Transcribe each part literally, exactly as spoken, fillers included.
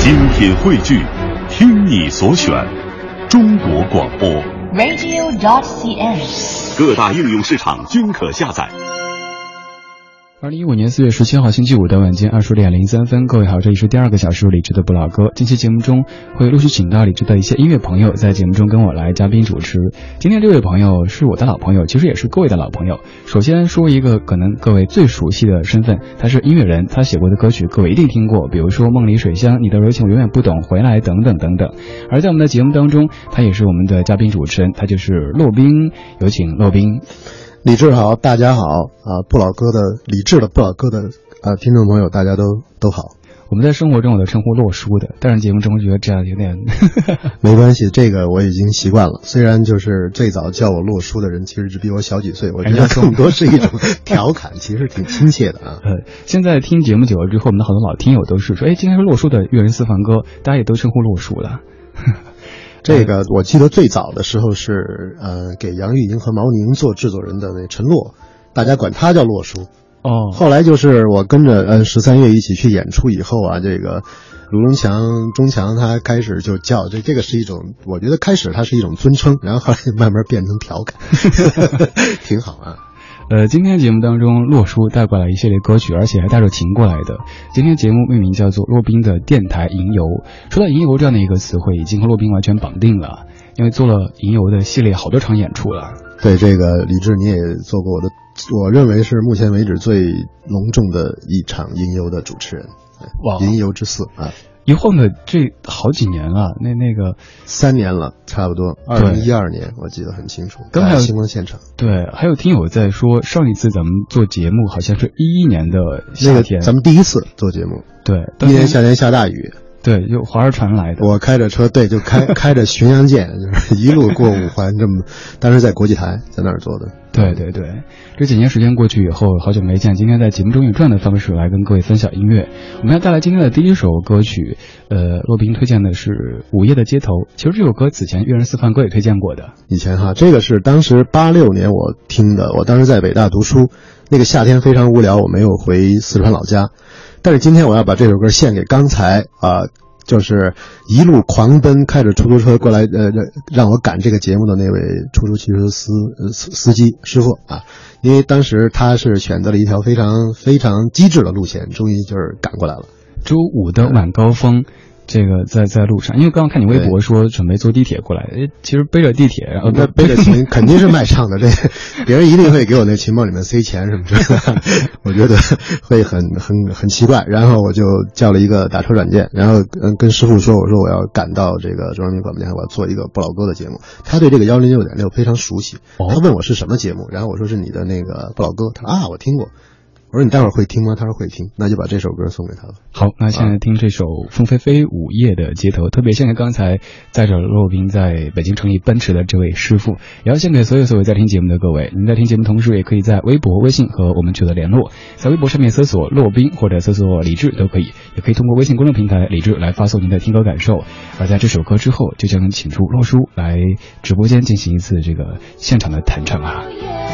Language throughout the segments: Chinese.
精品汇聚，听你所选，中国广播 radio dot c n， 各大应用市场均可下载。 二零一五年四月十七号星期五的晚间二十点零三分，各位好，这里是第二个小时李志的不老歌。近期节目中会陆续请到李志的一些音乐朋友在节目中跟我来嘉宾主持。今天这位朋友是我的老朋友，其实也是各位的老朋友。首先说一个可能各位最熟悉的身份，他是音乐人，他写过的歌曲各位一定听过，比如说梦里水乡、你的柔情我永远不懂、回来等等等等。而在我们的节目当中，他也是我们的嘉宾主持人，他就是骆宾。有请骆宾。 李志好，大家好啊！不老歌的李志的不老歌的啊，听众朋友大家都都好。 我们在生活中我都称呼洛叔的，但是节目中觉得这样有点没关系，这个我已经习惯了。虽然就是最早叫我洛叔的人其实只比我小几岁，我觉得更多是一种调侃，其实挺亲切的啊。 呃，现在听节目久了之后，我们的好多老听友都是说，哎，今天是洛叔的粤人私房歌，大家也都称呼洛叔了。 这个我记得最早的时候是呃给杨钰莹和毛宁做制作人的那陈洛，大家管他叫洛叔。 哦， 后来就是我跟着呃十三月一起去演出以后啊，这个卢龙强、钟强他开始就叫这这个是一种，我觉得开始它是一种尊称，然后后来慢慢变成调侃，挺好啊。 呃，今天节目当中，洛叔带过来一系列歌曲，而且还带着琴过来的。今天节目命名叫做骆宾的电台吟游。说到吟游这样的一个词汇，已经和骆宾完全绑定了，因为做了吟游的系列好多场演出了。 对，这个李志你也做过我的，我认为是目前为止最隆重的一场吟游的主持人。哇，吟游之四啊！ 一晃的这好几年了，那那个三年了，差不多。二零一二年我记得很清楚， 刚才星光现场。 对，还有听友在说，上一次咱们做节目好像是一一年的夏天， 那个、咱们第一次做节目。 对， 一年夏天下大雨。 对，就划着船来的。 我开着车，对，就开开着巡洋舰，就是一路过五环，这么，当时在国际台，在那儿做的。 对对对，这几年时间过去以后，好久没见，今天在节目中以这样的方式来跟各位分享音乐。我们要带来今天的第一首歌曲，呃，骆宾推荐的是《午夜的街头》。其实这首歌此前粤人私房歌也推荐过的。 以前哈，这个是当时八六年我听的，我当时在北大读书，那个夏天非常无聊，我没有回四川老家。但是今天我要把这首歌献给刚才啊、呃，就是一路狂奔开着出租车过来呃让我赶这个节目的那位出租汽车司司司机师傅啊，因为当时他是选择了一条非常非常机智的路线，终于就是赶过来了。 周五的晚高峰。这个在在路上，因为刚刚看你微博说准备坐地铁过来，诶，其实背着地铁，然后那背着琴肯定是卖唱的，这别人一定会给我那琴包里面塞钱什么之类的，我觉得会很很很奇怪。然后我就叫了一个打车软件，然后嗯跟师傅说，我说我要赶到这个中央人民广播电台，我要做一个不老歌的节目。他对这个幺零六点六非常熟悉，他问我是什么节目，然后我说是你的那个不老歌，他说啊我听过。我说你待会儿会听吗？他说会听，那就把这首歌送给他了。 好，那现在听这首《凤飞飞午夜的街头》，特别献给刚才载着骆宾在北京城里奔驰的这位师傅，也要献给所有所有在听节目的各位。您在听节目同时，也可以在微博、微信和我们取得联络，在微博上面搜索骆宾或者搜索李志都可以，也可以通过微信公众平台李志来发送您的听歌感受。而在这首歌之后，就将请出骆叔来直播间进行一次这个现场的弹唱啊。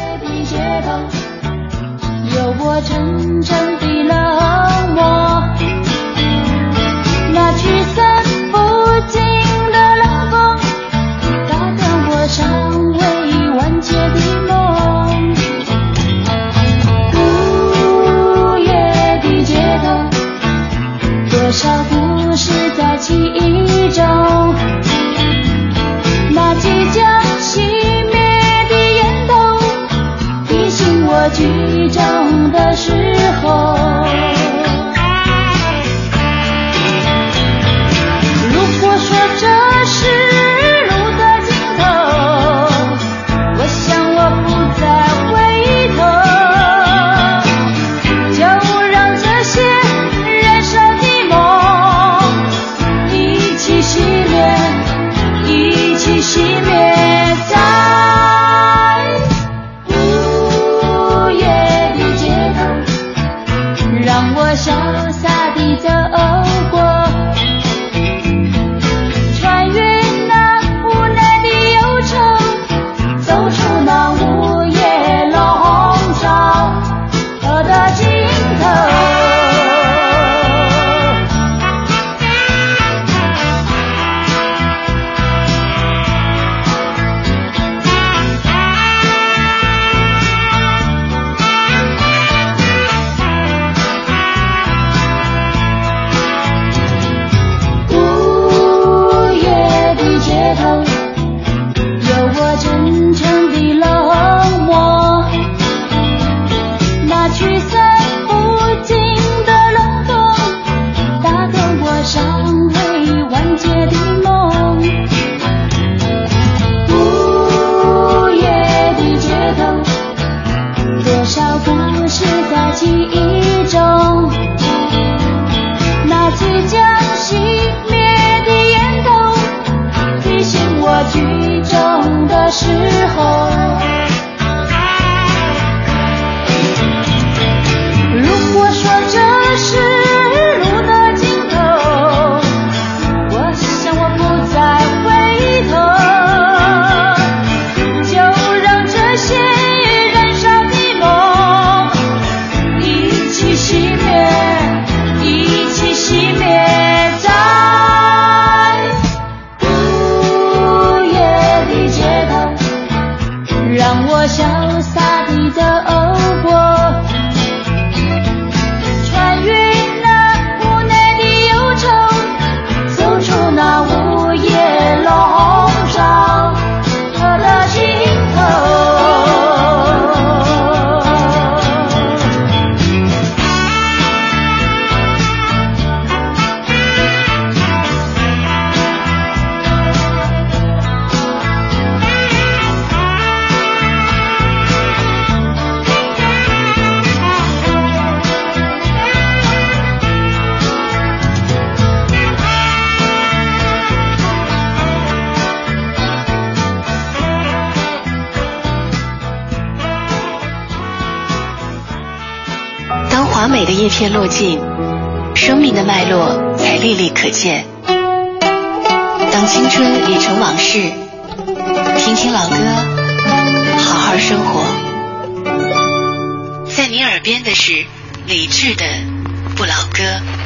有我真正的冷漠，那驱散不尽的冷风，打断我尚未完结的梦。午夜的街头，多少故事在记忆中，那即将熄灭的烟头，提醒我剧中的时候。如果说这是路的尽头，我想我不再回头，就让这些燃烧的梦一起熄灭，一起熄灭在午夜的街头。 的时候，如果说这是路的尽头，我想我不再回头，就让这些燃烧的梦一起熄灭，一起熄灭。让我潇洒地走过，穿越那无奈的忧愁，走出那午夜笼罩的尽头。 华美的叶片落尽，生命的脉络才历历可见。当青春已成往事，听听老歌，好好生活。在你耳边的是理智的不老歌。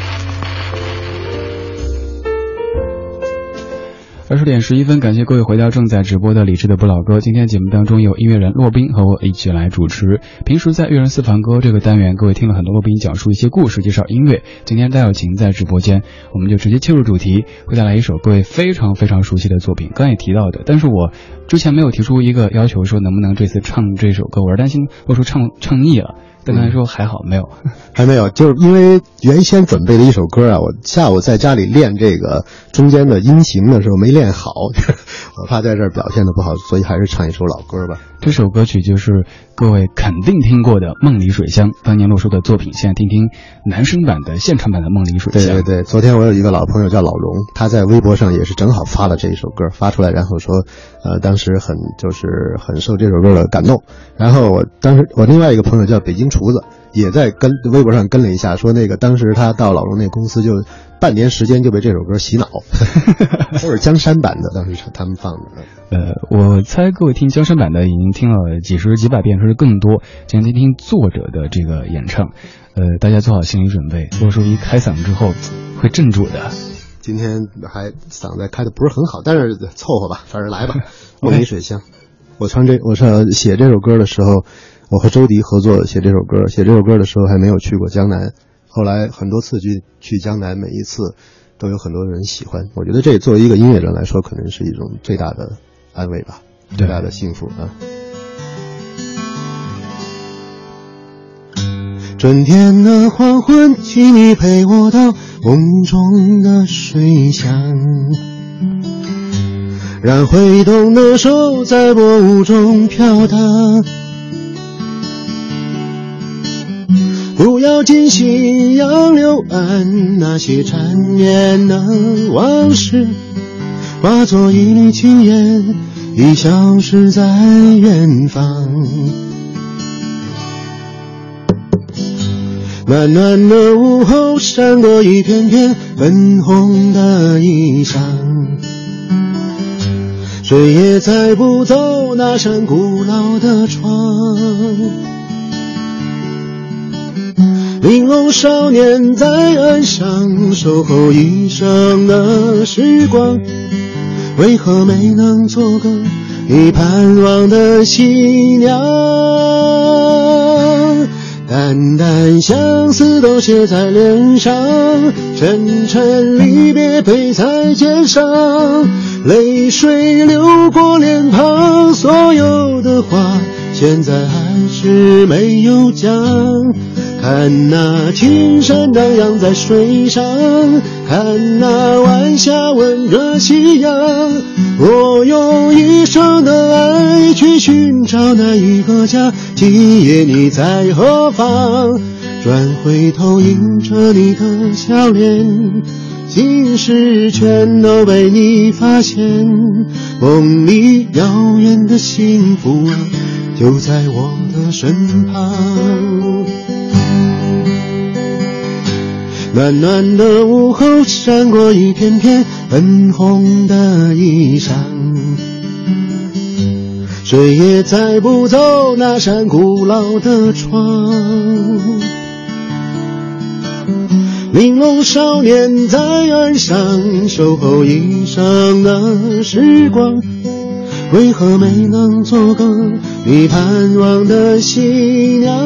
二十点十一分，感谢各位回到正在直播的理智的不老歌。今天节目当中有音乐人骆宾和我一起来主持。平时在乐人私房歌这个单元，各位听了很多骆宾讲述一些故事，介绍音乐。今天戴有琴在直播间，我们就直接切入主题，会带来一首各位非常非常熟悉的作品，刚也提到的，但是我之前没有提出一个要求说能不能这次唱这首歌，我是担心我说唱唱腻了。但刚才说还好没有， 还没有，就是因为原先准备的一首歌啊，我下午在家里练这个中间的音型的时候没练好，我怕在这儿表现的不好，所以还是唱一首老歌吧。 这首歌曲就是各位肯定听过的《梦里水乡》，当年洛叔的作品。现在听听男声版的现场版的《梦里水乡》。 对对对，昨天我有一个老朋友叫老荣，他在微博上也是正好发了这一首歌，发出来，然后说，呃，当时很就是很受这首歌的感动。然后我当时我另外一个朋友叫北京厨子，也在跟微博上跟了一下，说那个当时他到老荣那公司就半年时间就被这首歌洗脑，都是江山版的，当时他们放的。 呃，我猜各位听江山版的已经听了几十几百遍甚至更多，今天听听作者的这个演唱，呃，大家做好心理准备，洛叔一开嗓之后会镇住的。 今天还嗓子开的不是很好，但是凑合吧，反正来吧。梦里水乡，我唱这我唱写这首歌的时候，我和周迪合作写这首歌，写这首歌的时候还没有去过江南，后来很多次去去江南，每一次都有很多人喜欢。我觉得这作为一个音乐人来说，可能是一种最大的安慰吧，最大的幸福啊。春天的黄昏，请你陪我到梦中的水乡，让挥动的手在薄雾中飘荡，不要惊醒杨柳岸那些缠绵的往事，化作一缕青烟，已消失在远方。暖暖的午后，闪过一片片粉红的衣裳，谁也猜不透那扇古老的窗。玲珑少年在岸上守候一生的时光，为何没能做个你盼望的新娘？淡淡相思都写在脸上，沉沉离别背在肩上，泪水流过脸庞，所有的话现在还是没有讲。看那青山荡漾在水上，看那晚霞吻着夕阳，我用一生的爱去寻找那一个家，今夜你在何方？转回头迎着你的笑脸， 心事全都被你发现，梦里遥远的幸福啊，就在我的身旁。暖暖的午后，闪过一片片粉红的衣裳，谁也载不走那扇古老的窗。玲珑少年在岸上守候一生的时光，为何没能做个你盼望的新娘？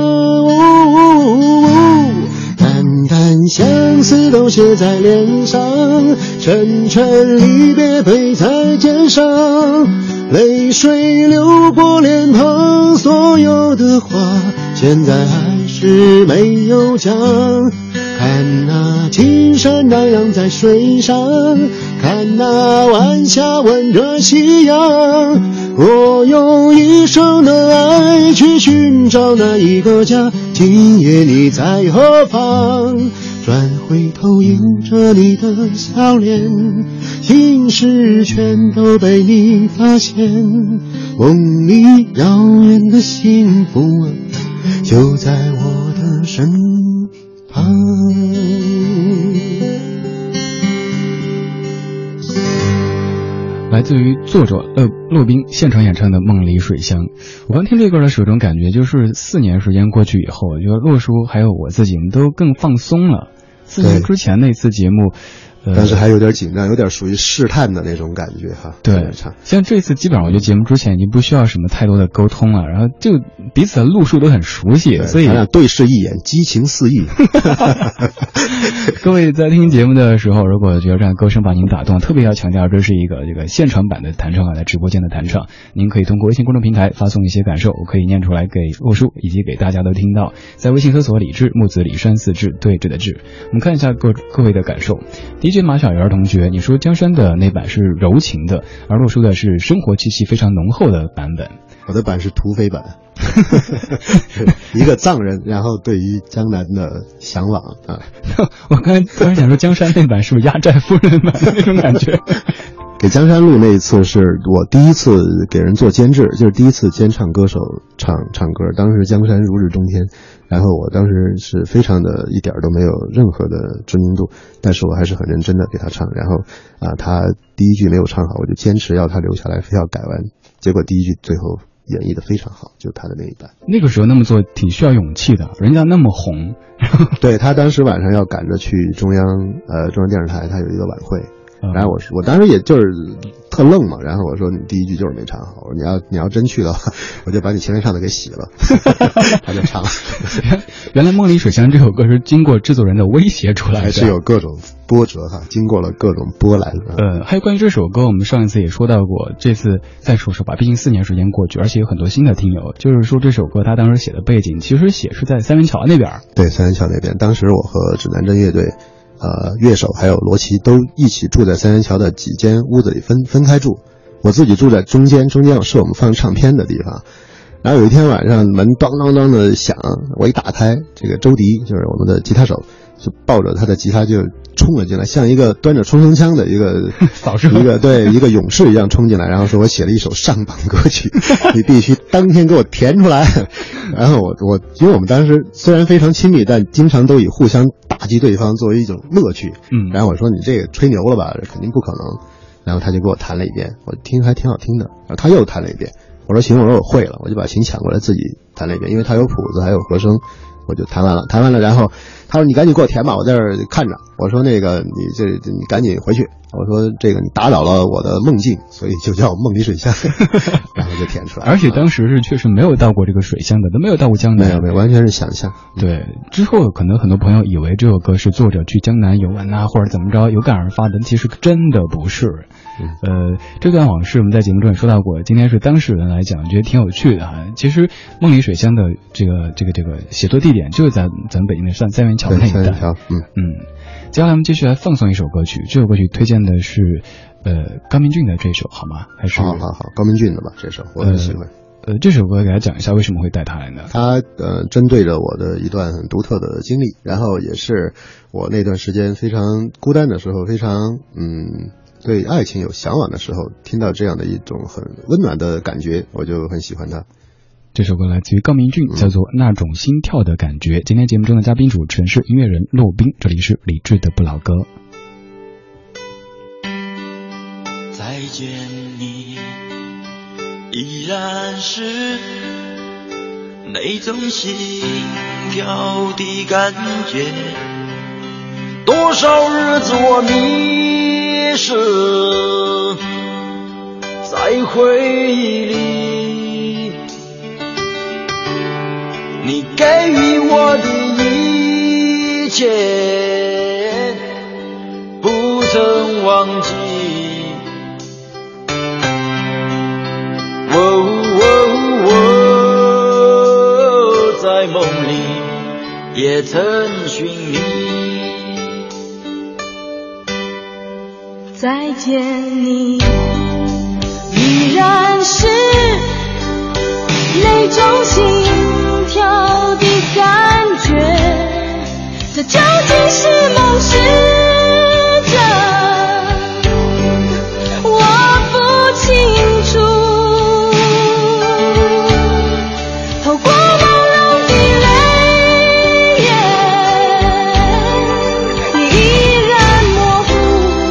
淡淡相思都写在脸上，沉沉离别背在肩上，泪水流过脸庞，所有的话现在还是没有讲。看那青山荡漾在水上，看那晚霞吻着夕阳，我用一生的爱去寻找那一个家，今夜你在何方？转回头迎着你的笑脸，心事全都被你发现，梦里遥远的幸福啊，就在我的身旁。 来自于作者乐骆宾现场演唱的《梦里水乡》。我刚听这歌的时候，有种感觉就是四年时间过去以后，我觉得骆叔还有我自己都更放松了。四年之前那次节目，呃， 但是还有点紧张，有点属于试探的那种感觉哈。 对，像这次基本上我觉得节目之前已经不需要什么太多的沟通了，然后就彼此的路数都很熟悉，所以咱俩对视一眼，激情四溢。 各位在听节目的时候，如果觉得这样歌声把您打动，特别要强调这是一个这个现场版的弹唱啊，在直播间的弹唱，您可以通过微信公众平台发送一些感受，我可以念出来给骆叔以及给大家都听到。在微信搜索李志，木子李山四志，对峙的志。我们看一下各各位的感受。D J 马小圆同学，你说江山的那版是柔情的，而骆叔的是生活气息非常浓厚的版本。 我的版是土匪版。一个藏人，然后对于江南的向往啊。 我刚才突然想说，江山那版是不是压寨夫人版的那种感觉？ 给江山路那一次是我第一次给人做监制，就是第一次监唱歌手唱唱歌，当时江山如日中天，然后我当时是非常的一点都没有任何的知名度，但是我还是很认真的给他唱，然后啊他第一句没有唱好，我就坚持要他留下来，非要改完，结果第一句最后演绎的非常好，就他的那一版。 那个时候那么做挺需要勇气的，人家那么红。 对，他当时晚上要赶着去中央呃中央电视台，他有一个晚会。然后我说，我当时也就是特愣嘛，然后我说你第一句就是没唱好，我说你要你要真去的话，我就把你前面唱的给洗了。他就唱了。 原来《梦里水乡》这首歌是经过制作人的威胁出来的， 还是有各种波折哈，经过了各种波澜。 呃，还有关于这首歌，我们上一次也说到过，这次再说说吧，毕竟四年时间过去，而且有很多新的听友，就是说这首歌他当时写的背景，其实写是在三元桥那边。 对，三元桥那边，当时我和指南针乐队。呃，乐手还有罗琦都一起住在三元桥的几间屋子里分分开住，我自己住在中间，中间是我们放唱片的地方。然后有一天晚上门当当当的响，我一打开，这个周迪就是我们的吉他手，就抱着他的吉他就冲了进来，像一个端着冲锋枪的一个扫射一个对一个勇士一样冲进来，然后说我写了一首上榜歌曲，你必须当天给我填出来。然后我我因为我们当时虽然非常亲密，但经常都以互相打击对方作为一种乐趣。 嗯， 然后我说你这个吹牛了吧，肯定不可能。然后他就给我弹了一遍，我听还挺好听的。然后他又弹了一遍，我说行，我说我会了，我就把琴抢过来自己弹了一遍，因为他有谱子还有和声，我就弹完了，弹完了，然后他说你赶紧给我填吧，我在这儿看着。我说那个你这你赶紧回去，我说这个你打扰了我的梦境，所以就叫梦里水乡。然后就填出来了。 而且当时是确实没有到过这个水乡的，都没有到过江南， 没有没有，完全是想象。 对，之后可能很多朋友以为这首歌是作者去江南游玩啊，或者怎么着有感而发的，其实真的不是。 嗯、 呃，这段往事我们在节目中也说到过，今天是当事人来讲，觉得挺有趣的哈。其实梦里水乡的这个这个这个写作地点就是在咱们北京的三三元桥那一带。 三元桥，嗯嗯。接下来我们继续来放送一首歌曲，这首歌曲推荐的是呃高明骏的这首好吗？还是好好好高明骏的吧，这首我很喜欢。呃呃，这首歌给大家讲一下为什么会带它来呢？ 它呃针对着我的一段很独特的经历，然后也是我那段时间非常孤单的时候，非常嗯对爱情有向往的时候，听到这样的一种很温暖的感觉，我就很喜欢它。 这首歌来自于高明骏，叫做《那种心跳的感觉》。今天节目中的嘉宾主持人是音乐人骆宾，这里是理智的不老歌。 再见你，依然是那种心跳的感觉，多少日子我迷失在回忆里，你给予我的一切不曾忘记，哦哦哦，在梦里也曾寻你。 再见你，依然是那种心跳的感觉，这究竟是梦是真，我不清楚。透过朦胧的泪眼，你依然模糊。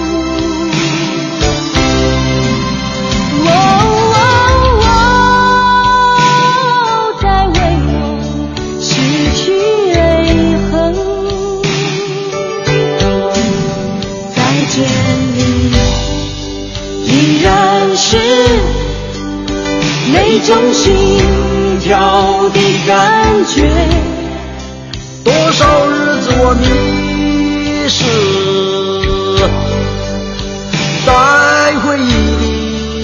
哦哦哦，在为我失去泪痕。再见你，依然是那种心跳的感觉， 多少日子我迷失在回忆里，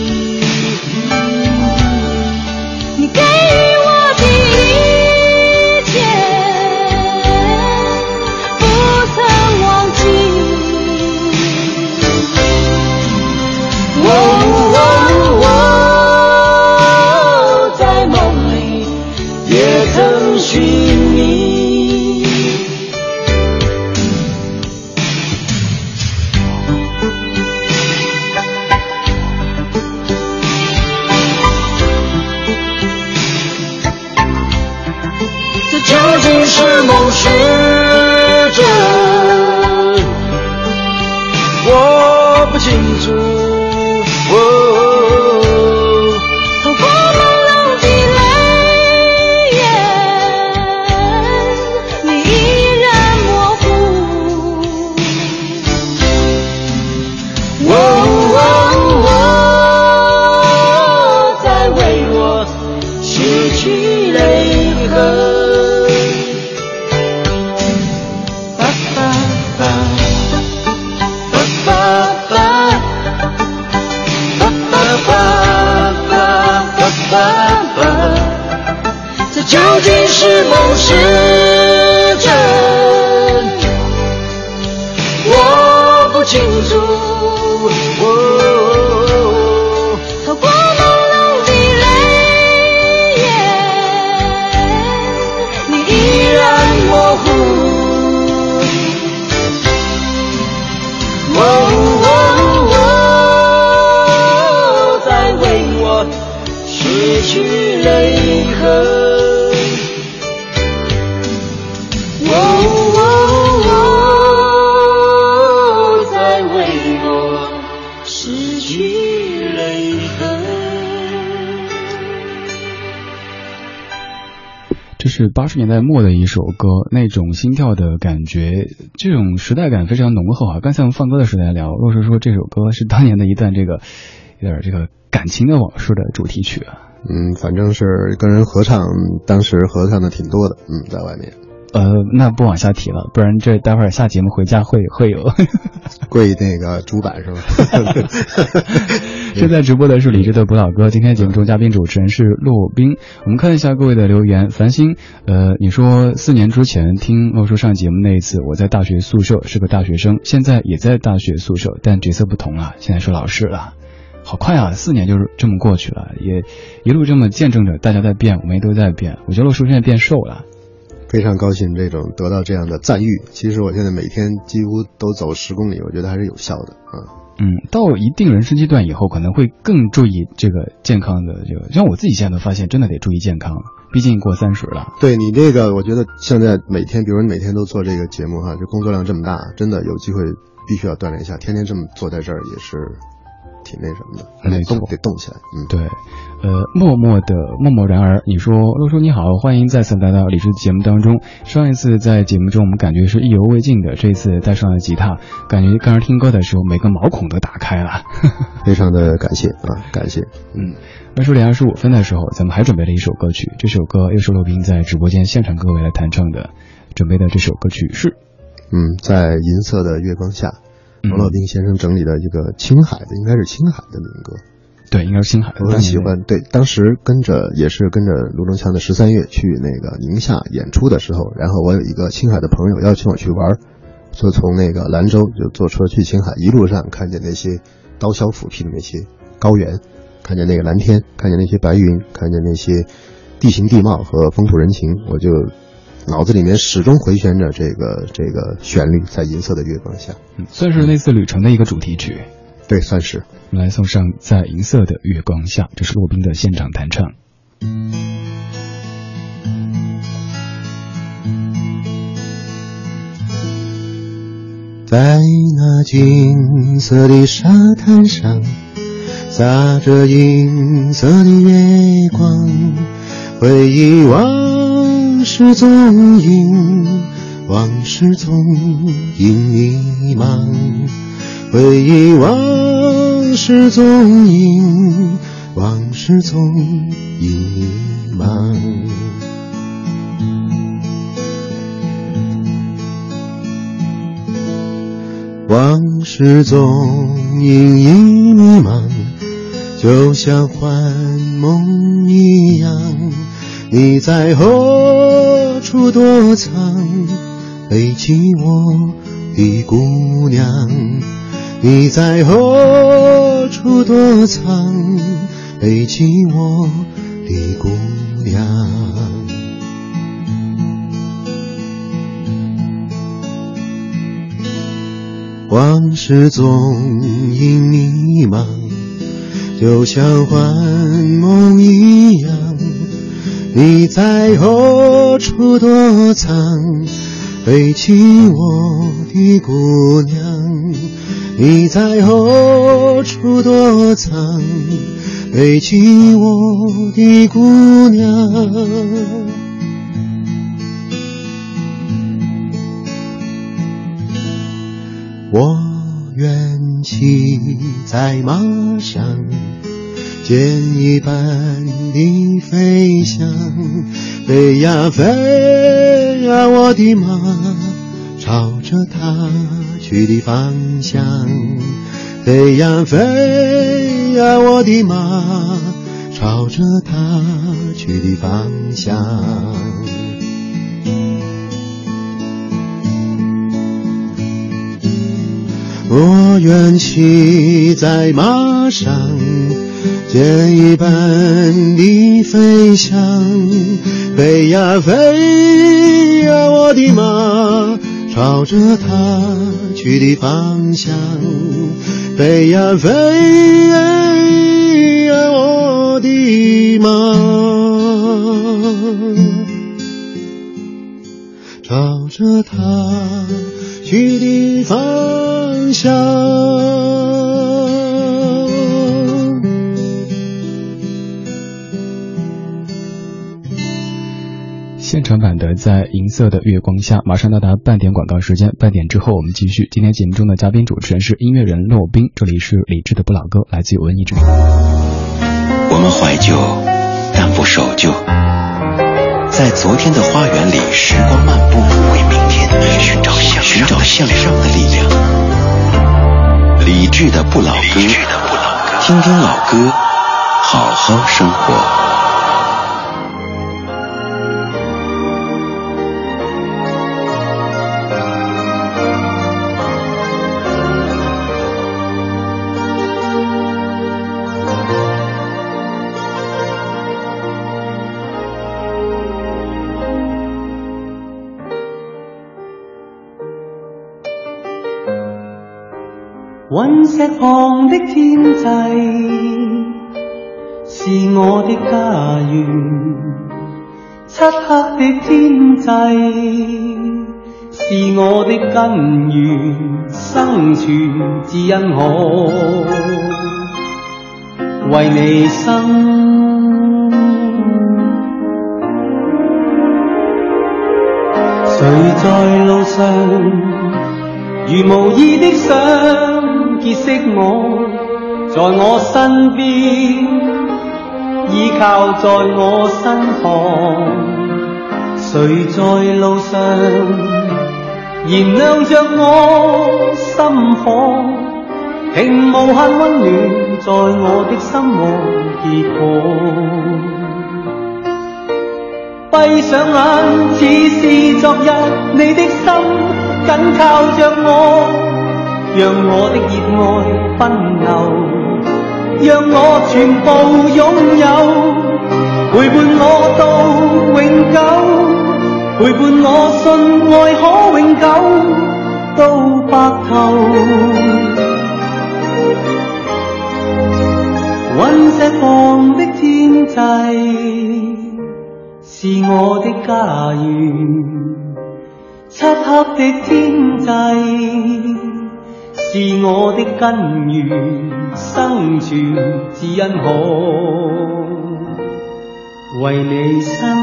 你给予我的一切不曾忘记。哦哦哦，在梦里也曾寻你。 这究竟是梦是真，我不清楚。哦， 透过朦胧的泪眼，你依然模糊。哦哦哦，在为我失去泪痕。爸爸爸，爸爸爸。这究竟是梦是真，我不清楚。哦，透过朦胧的泪眼，你依然模糊。哦哦哦，在为我失去泪痕。哦哦哦，在为我失去泪痕。 这是八十年代末的一首歌，那种心跳的感觉，这种时代感非常浓厚啊。刚才我们放歌的时候来聊，若是说这首歌是当年的一段这个有点这个感情的往事的主题曲啊。 嗯，反正是跟人合唱，当时合唱的挺多的，嗯，在外面。 呃，那不往下提了，不然这待会儿下节目回家会会有跪那个主板是吧？ 现在直播的是理智的不老歌，今天节目中嘉宾主持人是骆宾。我们看一下各位的留言。繁星，呃，你说四年之前听骆叔上节目那一次，我在大学宿舍是个大学生，现在也在大学宿舍，但角色不同了，现在是老师了。 好快啊，四年就是这么过去了，也一路这么见证着大家在变，我们也都在变。我觉得洛叔现在变瘦了。 非常高兴这种得到这样的赞誉。其实我现在每天几乎都走十公里，我觉得还是有效的啊。 嗯，到一定人生阶段以后，可能会更注意这个健康的这个。像我自己现在都发现，真的得注意健康，毕竟过三十了。 对你这个，我觉得现在每天，比如你每天都做这个节目哈，这工作量这么大，真的有机会必须要锻炼一下。天天这么坐在这儿也是挺那什么的，得动得动起来。嗯， 对。呃，默默的默默然而，你说洛叔你好，欢迎再次来到李志的节目当中。上一次在节目中我们感觉是意犹未尽的，这次带上了吉他，感觉刚才听歌的时候每个毛孔都打开了。 非常的感谢啊，感谢。 嗯，二十点二十五分的时候，咱们还准备了一首歌曲，这首歌又是洛宾在直播间现场各位来弹唱的，准备的这首歌曲是， 嗯，在银色的月光下，王洛宾先生整理的一个青海的，应该是青海的民歌。 对，应该是青海的。 我很喜欢。对，当时跟着也是跟着卢中强的十三月去那个宁夏演出的时候，然后我有一个青海的朋友邀请我去玩，就从那个兰州就坐车去青海，一路上看见那些刀削斧劈的那些高原，看见那个蓝天，看见那些白云，看见那些地形地貌和风土人情，我就脑子里面始终回旋着这个这个旋律，在银色的月光下， 嗯，算是那次旅程的一个主题曲。 对，算是。 我们来送上在银色的月光下，这是洛宾的现场弹唱。 在那金色的沙滩上，洒着银色的月光，回忆往事踪影，往事踪影迷茫，回忆往事踪影，往事踪影迷茫。往事踪影已迷茫，就像幻梦一样。你在何处躲藏，背起我的姑娘？你在何处躲藏，背起我的姑娘？往事踪影迷茫，就像幻梦一样。你在何处躲藏，背起我的姑娘？你在何处躲藏，背起我的姑娘？我愿骑在马上，箭一般的飞翔，飞呀飞呀我的马，朝着它去的方向，飞呀飞呀我的马，朝着它去的方向。我愿骑在马上，箭一般的飞翔，飞呀飞呀我的马，朝着它去的方向，飞呀飞呀我的马，朝着它去的方向。 现场版的在银色的月光下，马上到达半点广告时间，半点之后我们继续。今天节目中的嘉宾主持人是音乐人骆宾，这里是理智的不老歌，来自于文艺之声。 我们怀旧，但不守旧，在昨天的花园里时光漫步，为明天寻找寻找向上的力量。理智的不老歌，听听老歌，好好生活。 雲石旁的天際是我的家園，漆黑的天際是我的根源，生存只因我為你生。誰在路上如無意的想結識我，在我身邊依靠在我身旁，誰在路上燃亮着我心火，並無限溫暖在我的心窩結果。閉上眼似是昨日，你的心緊靠着我，讓我的熱愛奔流，讓我全部擁有，陪伴我到永久，陪伴我信愛可永久到白頭。隕石旁的天際是我的家園，漆黑的天際是我的根源，生存只因可為你生。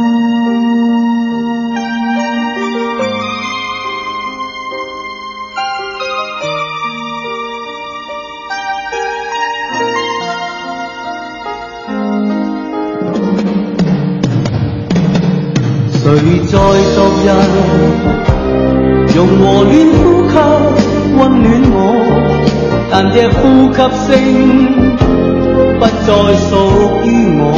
誰在昨日用和暖呼吸溫暖我，但這呼吸聲不再屬於我。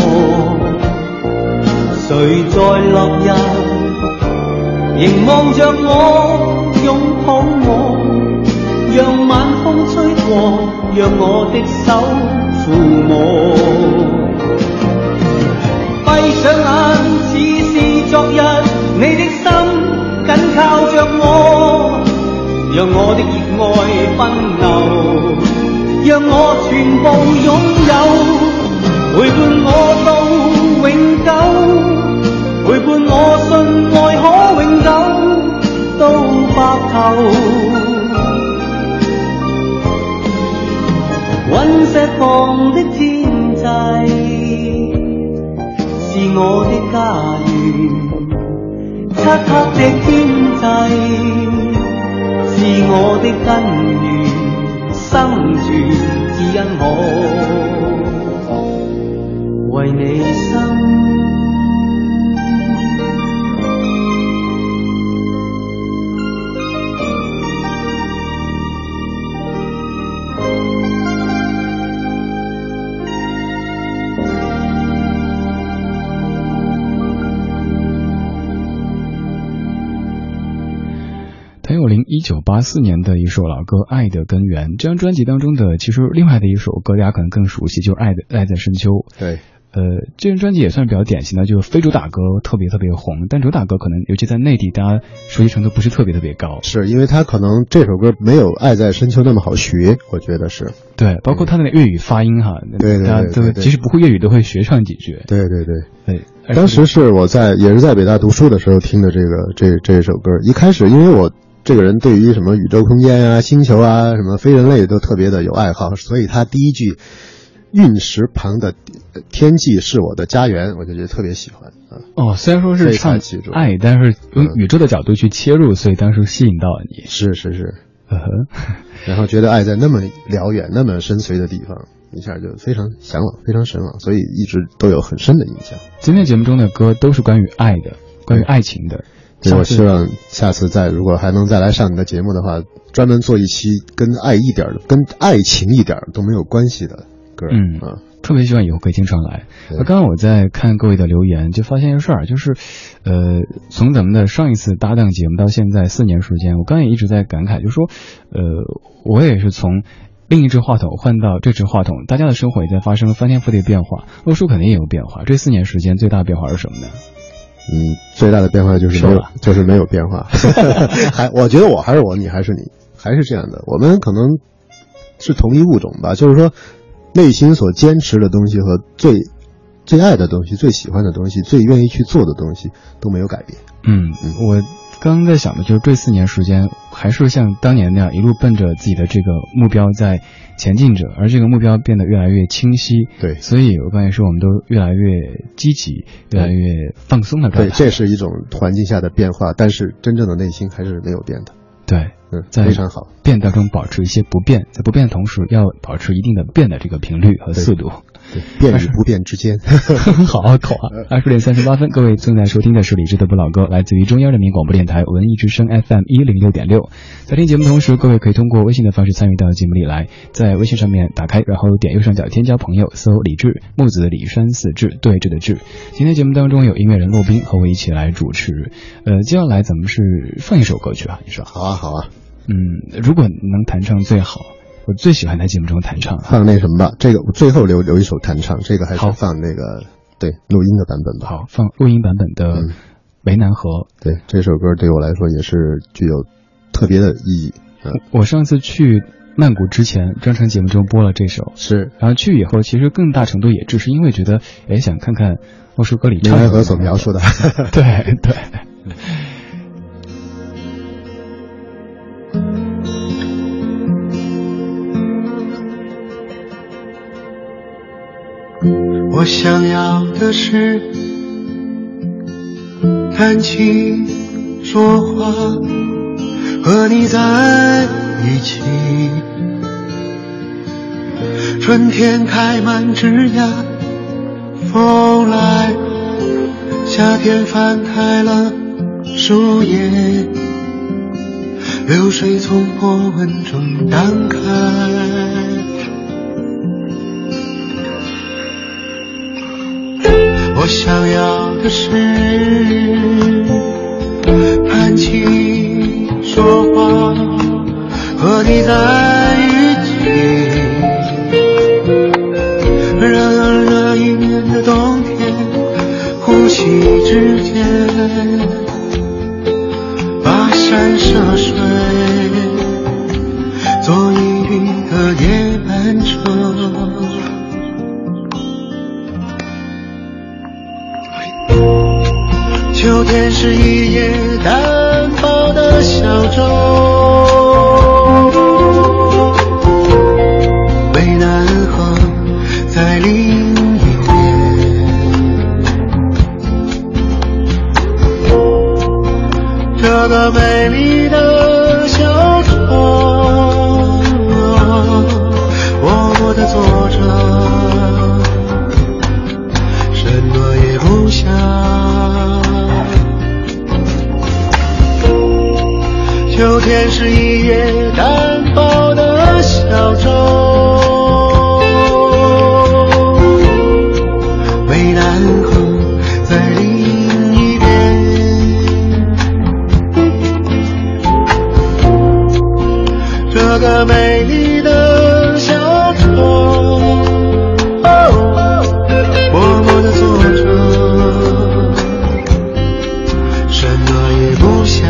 誰在落日凝望着我，擁抱我，讓晚風吹過，讓我的手撫摸。閉上眼似是昨日，你的心緊靠着我，讓我的熱愛奔流，讓我全部擁有，陪伴我到永久，陪伴我信愛可永久到白頭。隕石旁的天際是我的家園，漆黑的天際是我的根源，生存只因我為你生。 一九八四年的一首老歌《爱的根源》，这张专辑当中的其实另外的一首歌大家可能更熟悉，就是《爱的爱在深秋》。 对， 呃，这张专辑也算是比较典型的，就是非主打歌特别特别红，但主打歌可能尤其在内地大家熟悉程度不是特别特别高。 是因为他可能这首歌没有《爱在深秋》那么好学，我觉得是。 对，包括他的粤语发音哈， 对对大家都即使不会粤语都会学上几句。 对对对对， 当时是我在也是在北大读书的时候听的这个这这首歌，一开始因为我这个人对于什么宇宙空间啊、星球啊、什么非人类都特别的有爱好，所以他第一句陨石旁的天际是我的家园，我就觉得特别喜欢啊。 哦，虽然说是唱爱，但是用宇宙的角度去切入，嗯、所以当时吸引到了你。 是是是， 呃呵， 然后觉得爱在那么辽远、那么深邃的地方，一下就非常向往、非常神往，所以一直都有很深的印象。 今天节目中的歌都是关于爱的，关于爱情的。 对，我希望下次再如果还能再来上你的节目的话，专门做一期跟爱一点、跟爱情一点都没有关系的歌。 嗯啊， 特别希望以后可以经常来。那刚刚我在看各位的留言，就发现一个事儿，就是，呃，从咱们的上一次搭档节目到现在四年时间，我刚才也一直在感慨，就说，呃，我也是从另一只话筒换到这只话筒，大家的生活也在发生翻天覆地的变化，陆叔肯定也有变化。这四年时间最大的变化是什么呢？ 嗯，最大的变化就是没有，就是没有变化。还，我觉得我还是我，你还是你，还是这样的。我们可能是同一物种吧，就是说内心所坚持的东西和最最爱的东西、最喜欢的东西、最愿意去做的东西都没有改变。 嗯嗯，我刚刚在想的就是这四年时间还是像当年那样一路奔着自己的这个目标在前进着，而这个目标变得越来越清晰。 对， 所以我刚才说我们都越来越积极，越来越放松的状态。 对，这是一种环境下的变化，但是真正的内心还是没有变的。 对， 嗯， 在非常好。 变当中保持一些不变，在不变的同时要保持一定的变的这个频率和速度。 对，变与不变之间。 好好口啊！二十点三十八分，各位正在收听的是理智的不老歌，来自于中央人民广播电台文艺之声 F M 一零六点六。在听节目同时，各位可以通过微信的方式参与到节目里来，在微信上面打开，然后点右上角添加朋友，搜李志，木子李山四志，对峙的志。今天节目当中有音乐人骆宾和我一起来主持。呃，接下来咱们是放一首歌曲啊，你说？ 好啊，好啊。 嗯，如果能弹唱最好。我最喜欢在节目中弹唱， 放那什么吧，这个我最后留留一首弹唱，这个还是放那个对录音的版本吧。 好，放录音版本的《潍南河》。 对，这首歌对我来说也是具有特别的意义。 嗯、我上次去曼谷之前，专场节目中播了这首， 是， 然后去以后，其实更大程度也只是因为觉得，哎，想看看莫叔歌里唱潍南河所描述的。 对对。 我想要的是谈情说话，和你在一起。春天开满枝桠，风来，夏天翻开了树叶，流水从波纹中荡开。我想要的是谈情说话，和你在一起。热热一年的冬天，呼吸之间，跋山涉水，坐一个夜班车。秋天是一叶单薄的小舟，潍南河在另一边。这个美丽的小舟，默默地坐着，什么也不想。秋天是一叶单薄的小舟，潍南河在另一边。这个美丽的小舟，默默地坐着，什么也不想。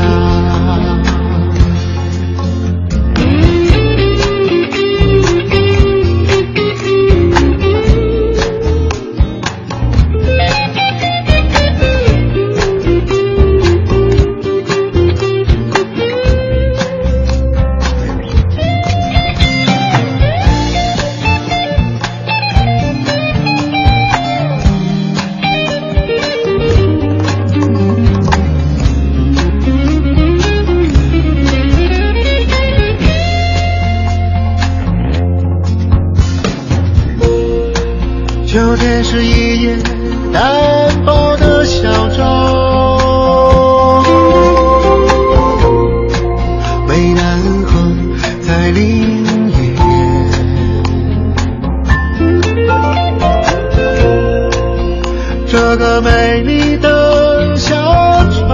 秋天是一叶单薄的小舟，潍南河在另一边。这个美丽的小舟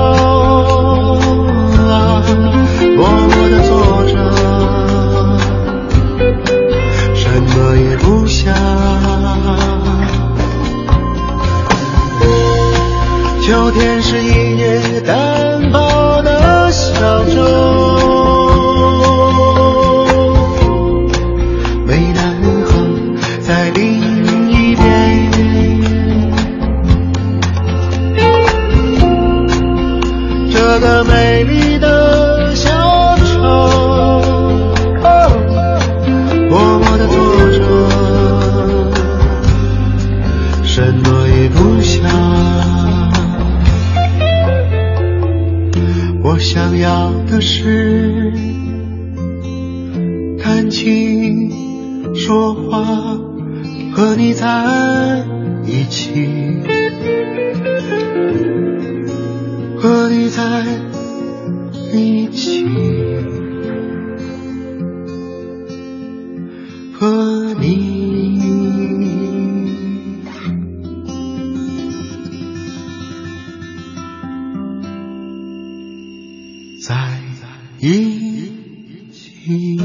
啊，默默地坐着，什么也不想。秋天是一叶单薄的小舟， 然后在另一边，这个美丽的小丑，默默地坐着，什么也不想。我想要的是弹琴说话，和你在一起，和你在一起，和你在一起。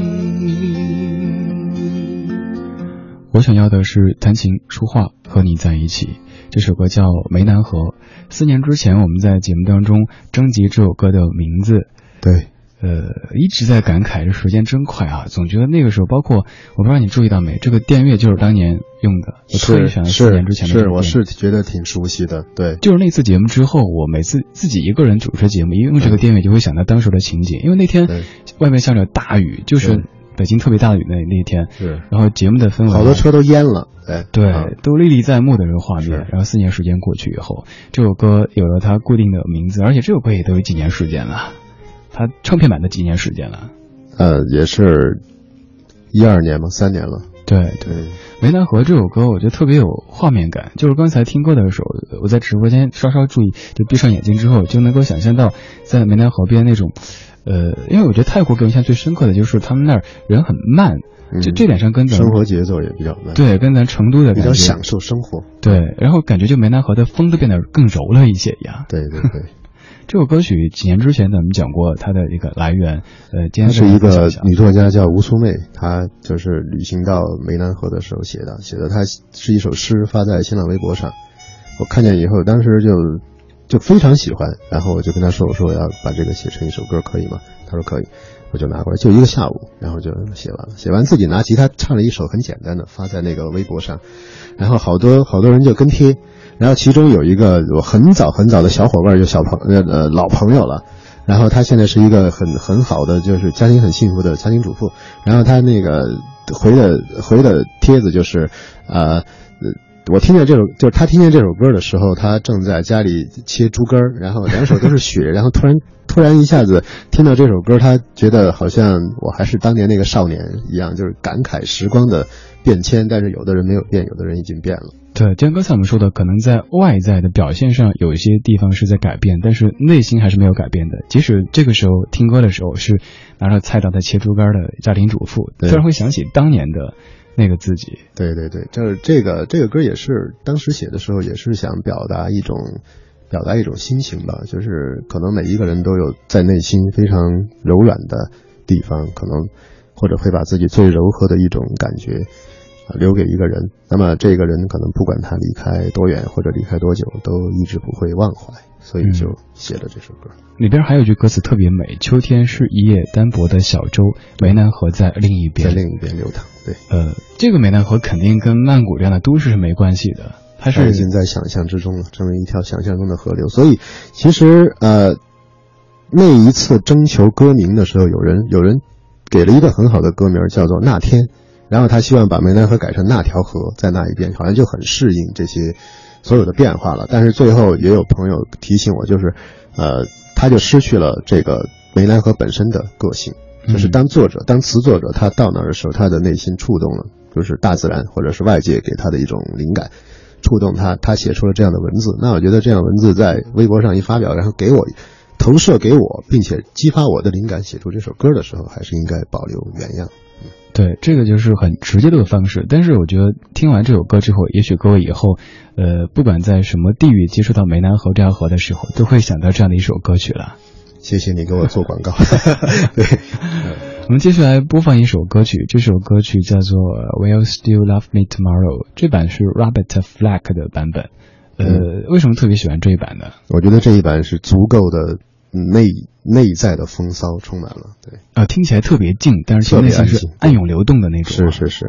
我想要的是弹琴说话和你在一起。这首歌叫《湄南河》。四年之前我们在节目当中征集这首歌的名字， 对， 呃，一直在感慨这时间真快啊！总觉得那个时候，包括我不知道你注意到没，这个电乐就是当年用的，我特意选了四年之前的。 是，我是觉得挺熟悉的。对， 就是那次节目之后，我每次自己一个人主持节目，一用这个电乐就会想到当时的情景，因为那天外面下着大雨，就是北京特别大的雨那那一天， 是， 然后节目的氛围， 好多车都淹了，哎， 对， 啊、 都历历在目的这个画面。然后四年时间过去以后，这首歌有了它固定的名字，而且这首歌也都有几年时间了，它唱片版的几年时间了？ 呃，也是一二年嘛，三年了。 对对，湄南河这首歌我觉得特别有画面感，就是刚才听歌的时候，我在直播间稍稍注意，就闭上眼睛之后就能够想象到在湄南河边那种。呃，因为我觉得泰国给我印象最深刻的就是他们那儿人很慢， 嗯、 就这点上跟咱生活节奏也比较慢， 对，跟咱成都的比较享受生活， 对，然后感觉就湄南河的风都变得更柔了一些一样。 对对对， 这首歌曲几年之前咱们讲过它的一个来源，呃，今天是一个女作家叫吴苏妹，她就是旅行到湄南河的时候写的，写的她是一首诗发在新浪微博上，我看见以后当时就。就非常喜欢，然后我就跟他说，我说我要把这个写成一首歌，可以吗？他说可以，我就拿过来，就一个下午，然后就写完了。写完自己拿吉他唱了一首很简单的，发在那个微博上，然后好多好多人就跟贴，然后其中有一个我很早很早的小伙伴，就小朋呃呃老朋友了，然后他现在是一个很很好的，就是家庭很幸福的家庭主妇，然后他那个回的回的帖子就是呃。我听见这首，就是他听见这首歌的时候，他正在家里切猪肝，然后两手都是血，然后突然突然一下子听到这首歌，他觉得好像我还是当年那个少年一样，就是感慨时光的变迁，但是有的人没有变，有的人已经变了。 对，就像刚才我们说的，可能在外在的表现上有一些地方是在改变，但是内心还是没有改变的。即使这个时候听歌的时候是拿着菜刀在切猪肝的家庭主妇，突然会想起当年的那个自己。 对对对，就是这个这个歌也是当时写的时候也是想表达一种表达一种心情吧，就是可能每一个人都有在内心非常柔软的地方，可能或者会把自己最柔和的一种感觉留给一个人，那么这个人可能不管他离开多远或者离开多久，都一直不会忘怀，所以就写了这首歌。 嗯、里边还有一句歌词特别美，秋天是一叶单薄的小舟，湄南河在另一边， 在另一边流淌。对， 呃，这个湄南河肯定跟曼谷这样的都市是没关系的，它是已经在想象之中了，成为一条想象中的河流。所以其实呃，那一次征求歌名的时候，有人有人给了一个很好的歌名，叫做那天。然后他希望把湄南河改成那条河在那一边，好像就很适应这些所有的变化了。但是最后也有朋友提醒我，就是呃他就失去了这个湄南河本身的个性，就是当作者当词作者他到那儿的时候，他的内心触动了，就是大自然或者是外界给他的一种灵感触动他，他写出了这样的文字。那我觉得这样文字在微博上一发表，然后给我投射给我，并且激发我的灵感，写出这首歌的时候，还是应该保留原样。嗯， 对，这个就是很直接的方式。但是我觉得听完这首歌之后，也许各位以后，呃，不管在什么地域接触到湄南河这条河的时候，都会想到这样的一首歌曲了。 谢谢你给我做广告。对， 我们接下来播放一首歌曲，这首歌曲叫做 Will Still Love Me Tomorrow， 这版是 Robert Flack 的版本。呃、嗯，为什么特别喜欢这一版呢？ 我觉得这一版是足够的内内在的风骚充满了，对啊、呃，听起来特别静，但是其实内心是暗涌流动的那种、啊。 是是是，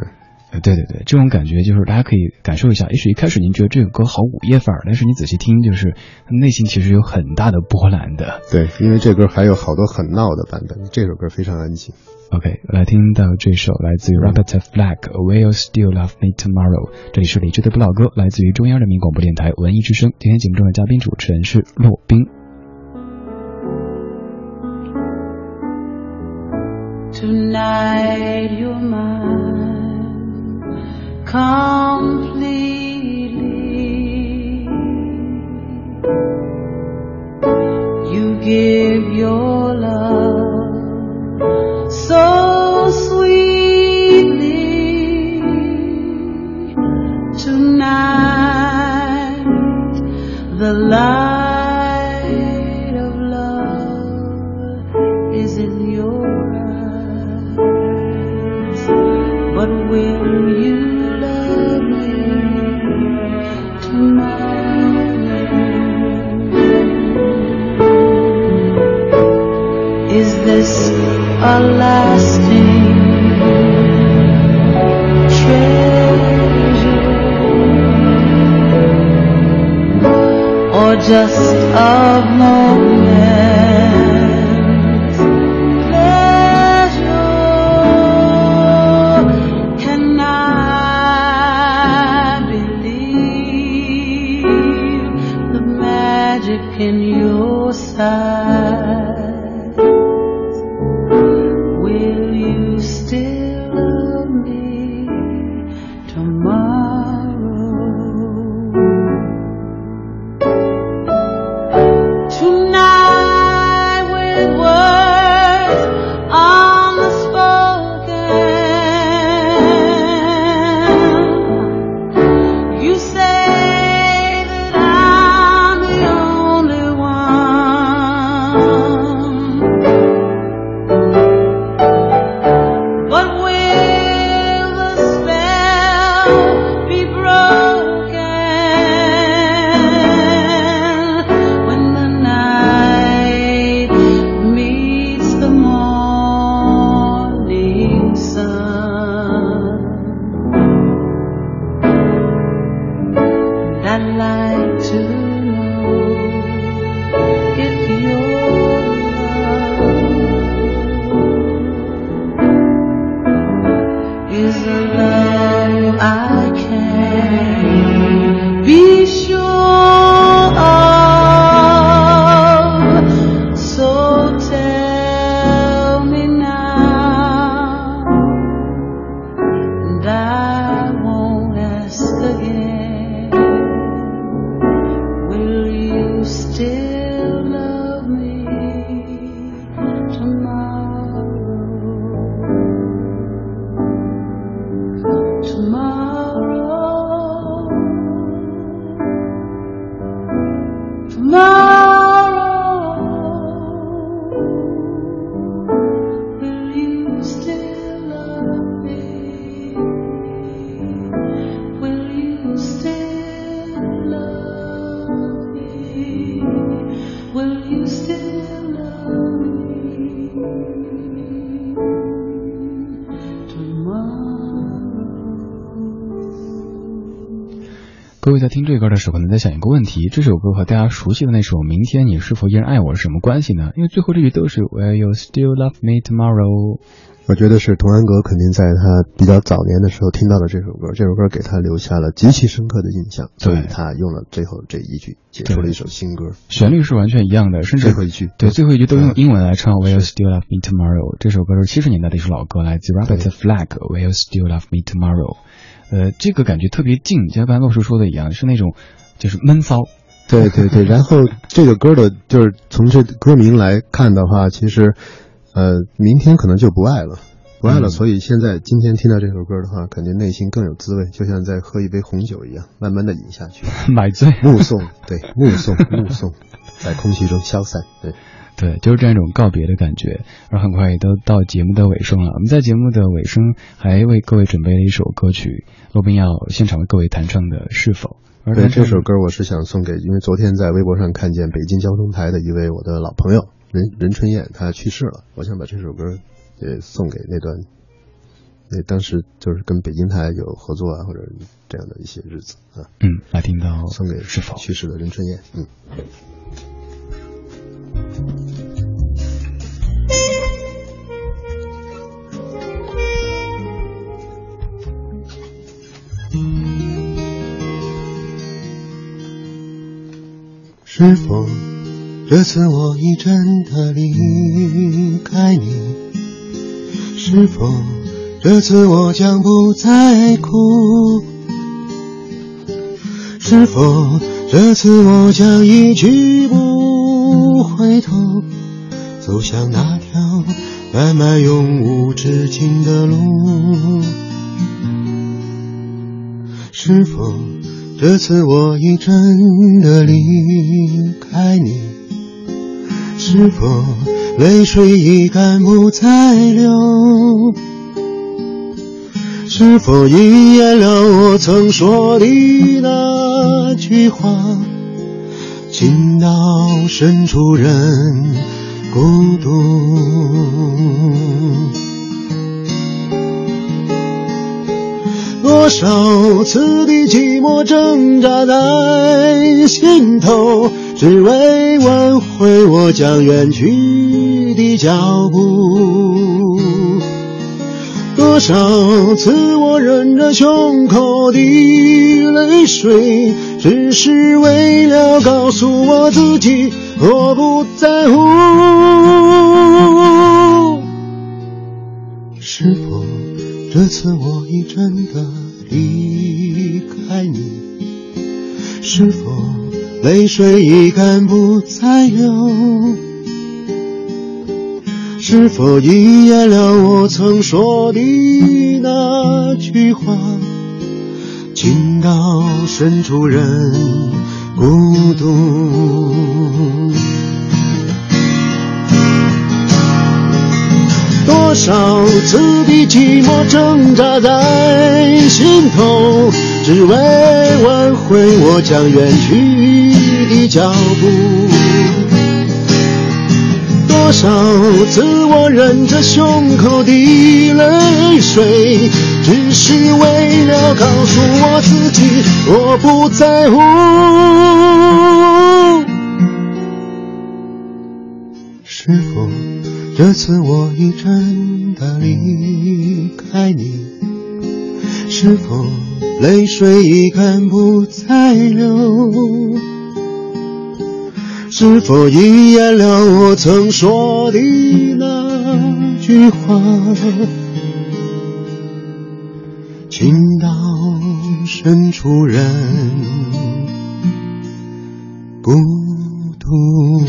呃，对对对，这种感觉就是大家可以感受一下。也许一开始您觉得这首歌好午夜范儿，但是你仔细听，就是内心其实有很大的波澜的。 对，因为这歌还有好多很闹的版本，这首歌非常安静。 OK， 来听到这首来自于 Robert Flack、Will You Still Love Me Tomorrow？ 这里是理智的不老歌，来自于中央人民广播电台文艺之声。今天节目中的嘉宾主持人是骆宾。 Tonight you're mine completely. You give your love so sweetly. Tonight the light of love is in your but will you love me tomorrow? Is this a lasting treasure or just a moment? In your sight, will you still love me tomorrow? Tonight with words unspoken, you say 各位在听这歌的时候可能在想一个问题，这首歌和大家熟悉的那首明天你是否依然爱我是什么关系呢？因为最后这句都是 Will you still love me tomorrow。 我觉得是童安格肯定在他比较早年的时候听到了这首歌，这首歌给他留下了极其深刻的印象，所以他用了最后这一句结束了一首新歌。 旋律是完全一样的，甚至最后一句对最后一句都用英文来唱 Will you still love me tomorrow。 这首歌是七十年代的一首老歌，来自 Robert Flack Will you still love me tomorrow。呃，这个感觉特别静，就像洛叔说的一样，是那种就是闷骚。 对对对，然后这个歌的就是从这歌名来看的话，其实呃，明天可能就不爱了，不爱了，嗯、所以现在今天听到这首歌的话，肯定内心更有滋味，就像在喝一杯红酒一样，慢慢的饮下去， 买醉， 目送，对，目送，目送，在空气中消散，对。 对，就是这样一种告别的感觉。而很快也都到节目的尾声了，我们在节目的尾声还为各位准备了一首歌曲，骆宾要现场为各位弹唱的是否。而对，这首歌我是想送给，因为昨天在微博上看见北京交通台的一位我的老朋友任任春燕，他去世了，我想把这首歌也送给那段那当时就是跟北京台有合作啊，或者这样的一些日子啊。 嗯，来听到送给是否去世的任春燕。嗯。是否这次我已真的离开你？是否这次我将不再哭？是否这次我将一去不回头，走向那条漫漫永无止境的路？是否这次我已真的离开你？是否泪水已干不再流？是否应验了我曾说的那句话，情到深处人孤独？多少次的寂寞挣扎在心头，只为挽回我将远去的脚步。多少次我忍着胸口的泪水，只是为了告诉我自己我不在乎。是否这次我已真的离开你？是否泪水已干不再流？是否应验了我曾说的那句话，情到深处人孤独？多少次的寂寞挣扎在心头，只为挽回我将远去的脚步。多少次我忍着胸口的泪水，只是为了告诉我自己我不在乎。是否这次我已真的离开你？是否泪水已干不再流？是否应验了我曾说的那句话，情到深处人孤独？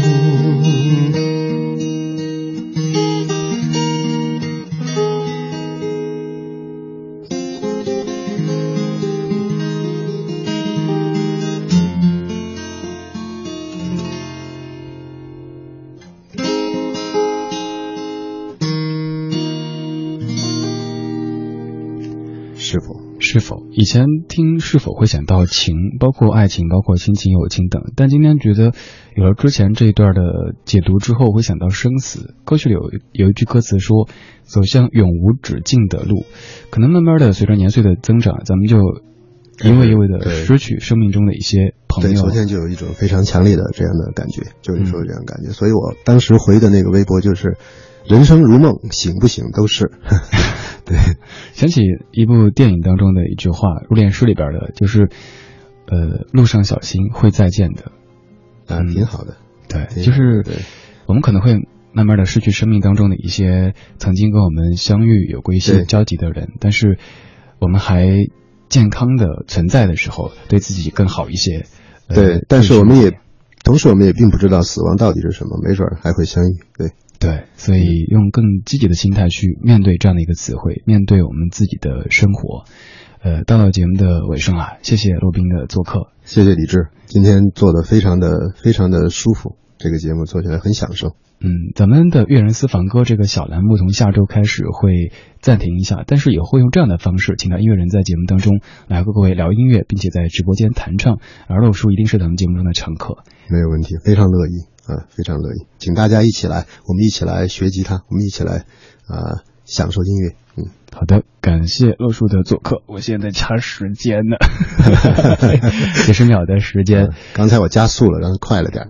是否是否以前听是否会想到情，包括爱情，包括亲情、友情等，但今天觉得有了之前这一段的解读之后，会想到生死。歌曲里有有一句歌词说走向永无止境的路，可能慢慢的随着年岁的增长，咱们就一位一位的失去生命中的一些朋友。 对，昨天就有一种非常强烈的这样的感觉，就是说这样感觉、嗯、所以我当时回的那个微博就是人生如梦，醒不醒都是。 对，想起一部电影当中的一句话，《入殓师》里边的，就是呃，路上小心，会再见的。 啊，挺好的。 对，就是我们可能会慢慢的失去生命当中的一些曾经跟我们相遇有过一些交集的人，但是我们还健康的存在的时候，对自己更好一些。 呃、对，但是我们也同时我们也并不知道死亡到底是什么，没准还会相遇。对。 对，所以用更积极的心态去面对这样的一个词汇，面对我们自己的生活。呃，到了节目的尾声啊，谢谢骆宾的做客， 谢谢李志，今天做的非常的非常的舒服，这个节目做起来很享受。 嗯，咱们的乐人私房歌这个小栏目从下周开始会暂停一下，但是也会用这样的方式，请到音乐人在节目当中来和各位聊音乐，并且在直播间弹唱，而洛叔一定是咱们节目中的常客。 没有问题，非常乐意。啊，非常乐意，请大家一起来，我们一起来学吉他，我们一起来啊、呃、享受音乐。 嗯， 好的，感谢洛叔的做客。我现在掐时间呢，几十秒的时间。 刚才我加速了，让它快了点。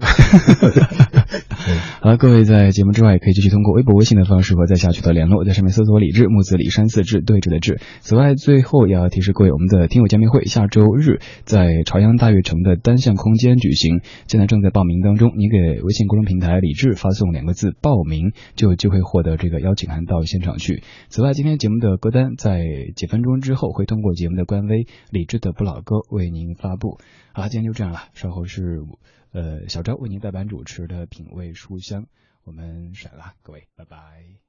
好了，各位在节目之外也可以继续通过微博、微信的方式和在下取得联络，在上面搜索李志，木子李山寺志，对峙的志。此外，最后也要提示各位，我们的听友见面会下周日在朝阳大悦城的单向空间举行，现在正在报名当中。你给微信公众平台李志发送两个字报名，就有机会获得这个邀请函到现场去。此外，今天节目的歌单在几分钟之后会通过节目的官微李志的不老歌为您发布。好，今天就这样了，稍后是呃小昭为您代班主持的品味书香，我们甩了，各位拜拜。